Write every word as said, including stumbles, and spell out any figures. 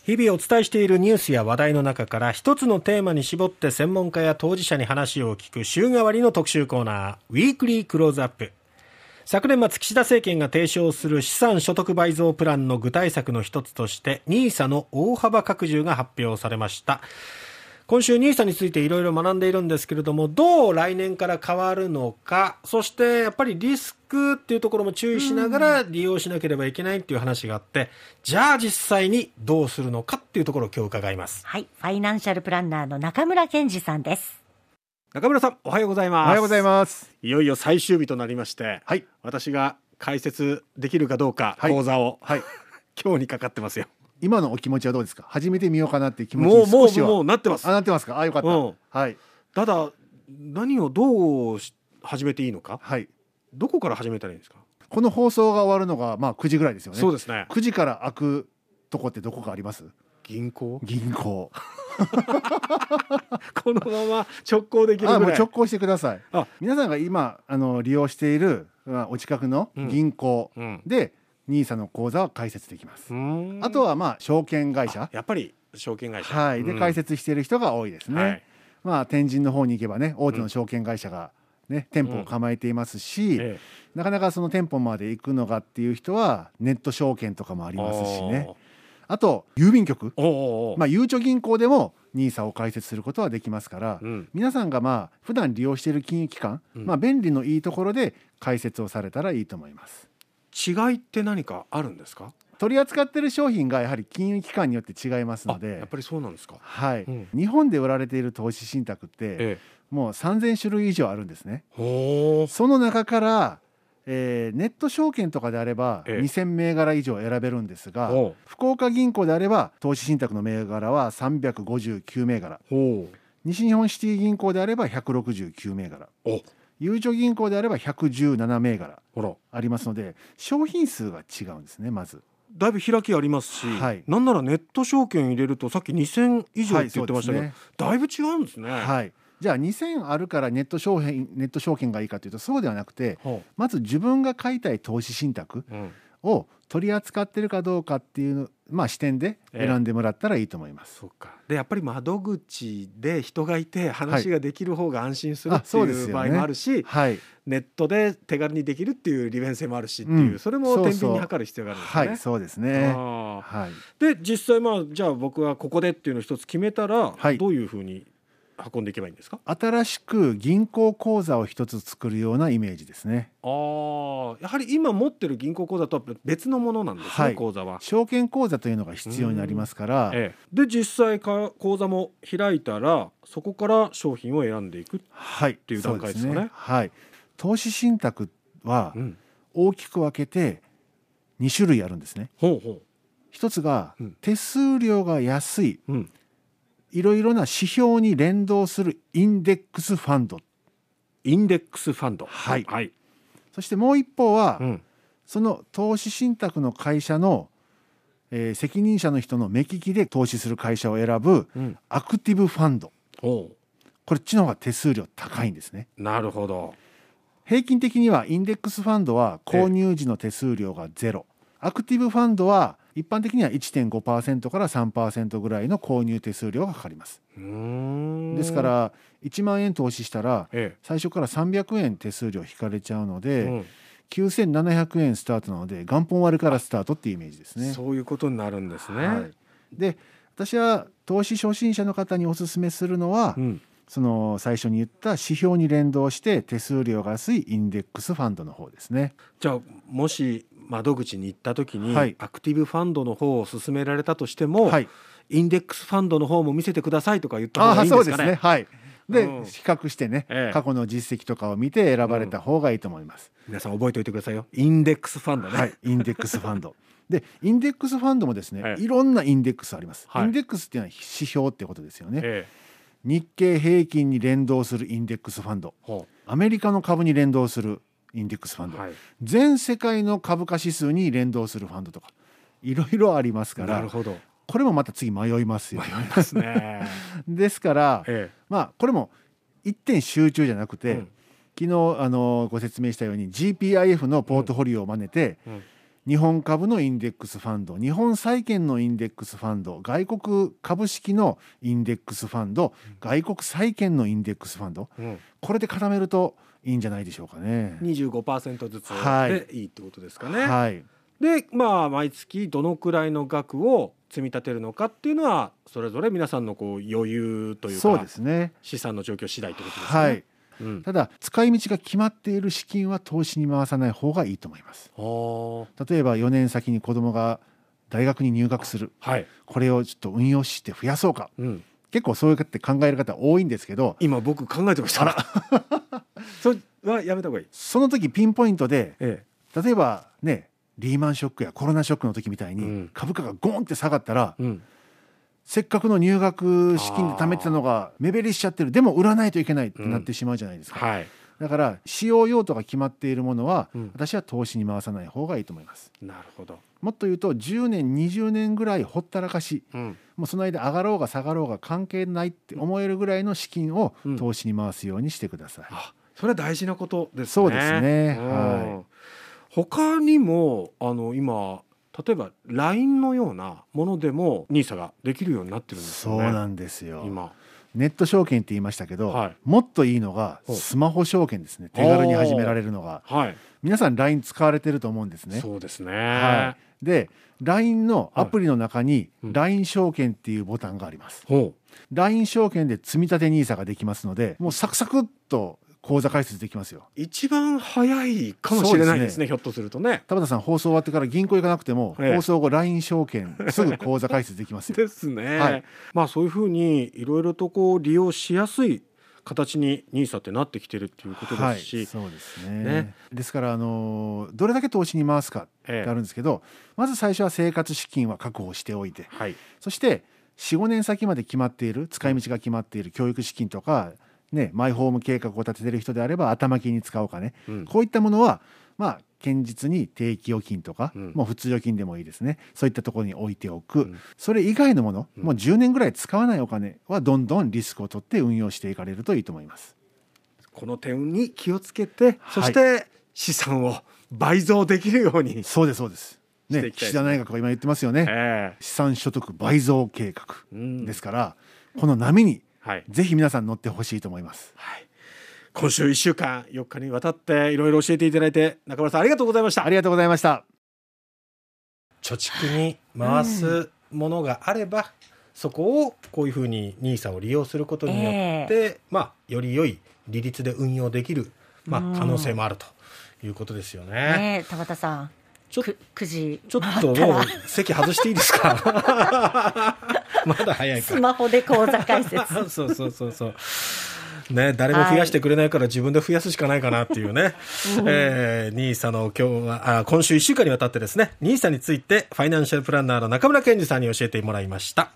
日々お伝えしているニュースや話題の中から一つのテーマに絞って専門家や当事者に話を聞く週替わりの特集コーナー、ウィークリークローズアップ。昨年末、岸田政権が提唱する資産所得倍増プランの具体策の一つとして ニーサ の大幅拡充が発表されました。今週 ニーサ についていろいろ学んでいるんですけれども、どう来年から変わるのか、そしてやっぱりリスクっていうところも注意しながら利用しなければいけないっていう話があって、じゃあ実際にどうするのかっていうところを今日伺います。 はい、ファイナンシャルプランナーの中村健二さんです。 中村さん、おはようございます。 おはようございます。 いよいよ最終日となりまして、 はい、 私が解説できるかどうか、はい、講座を、はい、今日にかかってますよ。 今のお気持ちはどうですか？初めて見ようかなっていう気持ちに少しはもうもうもうなってます。 あ、なってますか？あ、よかった、うん、はい。 ただ何をどう始めていいのか、はい、どこから始めたらいいんですか？ この放送が終わるのがまあくじぐらいですよね。 そうですね。 くじから開くとこってどこかあります？ 銀行銀行このまま直行できるぐらい。 あ、もう直行してください。あ、皆さんが今あの利用している、まあ、お近くの銀行で、うんニーサの口座は開設できます。あとはまあ証券会社、 やっぱり証券会社、 はい、で開設している人が多いですね、はい、まあ天神の方に行けばね、大手の証券会社がね、うん、店舗を構えていますし、うんええ、なかなかその店舗まで行くのがっていう人はネット証券とかもありますしね。あと郵便局、まあ、ゆうちょ銀行でもニーサを開設することはできますから、うん、皆さんがまあ普段利用している金融機関、うんまあ、便利のいいところで開設をされたらいいと思います。 違いって何かあるんですか？ 取り扱っている商品がやはり金融機関によって違いますので。 やっぱりそうなんですか？ はい、うん、日本で売られている投資信託って、ええ、もうさんぜんしゅるい以上あるんですね。 ほー。 その中から、えー、ネット証券とかであればにせんめいがら以上選べるんですが、ええ、福岡銀行であれば投資信託の銘柄はさんびゃくごじゅうきゅうめいがら、西日本シティ銀行であればひゃくろくじゅうきゅうめいがら、おゆうちょ銀行であればひゃくじゅうななめいがらありますので、商品数が違うんですね。まずだいぶ開きありますし、はい、なんならネット証券入れるとさっきにせん以上って言ってましたけど、はいね、だいぶ違うんですね。 はい、じゃあにせんあるからネット証券、ネット証券がいいかというとそうではなくて、はあ、まず自分が買いたい投資信託を取り扱っているかどうかっていう、まあ、視点で選んでもらったらいいと思います。 えー、そうか。でやっぱり窓口で人がいて話ができる方が安心するっていう場合もあるし、はい、ネットで手軽にできるっていう利便性もあるしっていう、うん、それも天秤に測る必要があるんですね。 はい、そうですね。はい、 で実際まあじゃあ僕はここでっていうのを一つ決めたら、はい、どういうふうに運んでいけばいいんですか？ 新しく銀行口座を一つ作るようなイメージですね。 ああ、やはり今持ってる銀行口座とは別のものなんですね、はい、口座は。 証券口座というのが必要になりますから、 ええ、で実際か口座も開いたらそこから商品を選んでいくっていう段階ですかね。はい、 はい、投資信託は大きく分けてにしゅるいあるんですね。 ほうほう。 一つが手数料が安い、うん、いろいろな指標に連動するインデックスファンド。 インデックスファンド、 はい、はい、そしてもう一方は、うん、その投資信託の会社の、えー、責任者の人の目利きで投資する会社を選ぶ、うん、アクティブファンド。これっちの方が手数料高いんですね。 なるほど。 平均的にはインデックスファンドは購入時の手数料がゼロ、アクティブファンドは一般的には いってんごパーセント から さんパーセント ぐらいの購入手数料がかかります。うーん、ですからいちまんえん投資したら、ええ、最初からさんびゃくえん手数料引かれちゃうので、うん、きゅうせんななひゃくえんスタートなので元本割からスタートっていうイメージですね。 そういうことになるんですね。はい、 で私は投資初心者の方にお勧めするのは、うん、その最初に言った指標に連動して手数料が安いインデックスファンドの方ですね。 じゃあもし窓口に行った時に、はい、アクティブファンドの方を勧められたとしても、はい、インデックスファンドの方も見せてくださいとか言った方がいいんですかね。あ、そうですね。 はい。で、うん、比較してね、ええ、過去の実績とかを見て選ばれた方がいいと思います。 うん、皆さん覚えておいてくださいよ。インデックスファンドね。 はい、インデックスファンド。で、インデックスファンドもですね、ええ、いろんなインデックスあります。はい、インデックスっていうのは指標ってことですよね。ええ、日経平均に連動するインデックスファンド、アメリカの株に連動するインデックスファンド、はい、全世界の株価指数に連動するファンドとかいろいろありますから。なるほど。これもまた次迷いますよね。 迷いますね。 ですから、ええ、まあこれも一点集中じゃなくて、うん、昨日あのご説明したように ジーピーアイエフ のポートフォリオを真似て、うんうん、 日本株のインデックスファンド、日本債券のインデックスファンド、外国株式のインデックスファンド、外国債券のインデックスファンド、うん、これで固めるといいんじゃないでしょうかね。 にじゅうごパーセント ずつでいいってことですかね。 はい、 でまあ毎月どのくらいの額を積み立てるのかっていうのはそれぞれ皆さんのこう余裕というか、 そうですね、 資産の状況次第ってことですね。 はい、うん、ただ使い道が決まっている資金は投資に回さない方がいいと思います。例えばよねん先に子供が大学に入学する、はい、これをちょっと運用して増やそうか、うん、結構そういうって考える方多いんですけど、 今僕考えてました。それはやめた方がいい。 その時ピンポイントで、ええ、例えばねリーマンショックやコロナショックの時みたいに株価がゴーンって下がったら、うん、せっかくの入学資金で貯めてたのが目減りしちゃってる、でも売らないといけないってなってしまうじゃないですか、うん、はい、だから使用用途が決まっているものは、うん、私は投資に回さない方がいいと思います。 なるほど。 もっと言うとじゅうねんにじゅうねんぐらいほったらかし、うん、もうその間上がろうが下がろうが関係ないって思えるぐらいの資金を投資に回すようにしてください、うん、あ、 それは大事なことですね。 そうですね、はい、 他にもあの今例えば ライン のようなものでも ニーサ ができるようになってるんですよね。 そうなんですよ。 今ネット証券って言いましたけど、はい、もっといいのがスマホ証券ですね。手軽に始められるのが、はい、皆さん ライン 使われてると思うんですね。 そうですね、 はい、で ライン のアプリの中に ライン 証券っていうボタンがあります、はい、うん、ライン 証券で積み立て ニーサ ができますので、もうサクサクっと口座開設できますよ。 一番早いかもしれないですね、ひょっとするとね。 田畑さん放送終わってから銀行行かなくても、ええ、放送後 ライン 証券すぐ口座開設できますよですね、はい、まあそういうふうにいろいろとこう利用しやすい形に ニーサ ってなってきてるっていうことですし、 はい、そうですね、ね、ですからあのどれだけ投資に回すかってあるんですけど、ええ、まず最初は生活資金は確保しておいて、はい、そして よん,ご 年先まで決まっている使い道が決まっている教育資金とかね、マイホーム計画を立ててる人であれば頭金に使おうかね、うん、こういったものはまあ堅実に定期預金とか、うん、もう普通預金でもいいですね、そういったところに置いておく、うん、それ以外のもの、うん、もうじゅうねんぐらい使わないお金はどんどんリスクを取って運用していかれるといいと思います。 この点に気をつけて、そして資産を倍増できるように、 そうですそうですね、岸田内閣が今言ってますよね、えー、資産所得倍増計画ですから、うん、この波にはい、ぜひ皆さん乗ってほしいと思います、はい、 今週いっしゅうかんよっかにわたっていろいろ教えていただいて中村さんありがとうございました。 ありがとうございました。 貯蓄に回すものがあれば、うん、そこをこういうふうに ニーサ を利用することによって、えーまあ、より良い利率で運用できる、まあ、可能性もあるということですよね、 ね、田畑さんちょくじちょっともう席外していいですかまだ早いか。 スマホで口座開設そうそうそうそうね、誰も増やしてくれないから自分で増やすしかないかなっていうね、えー、ニーサ の今日はあ今週いっしゅうかんにわたってですね ニーサ についてファイナンシャルプランナーの中村健二さんに教えてもらいました。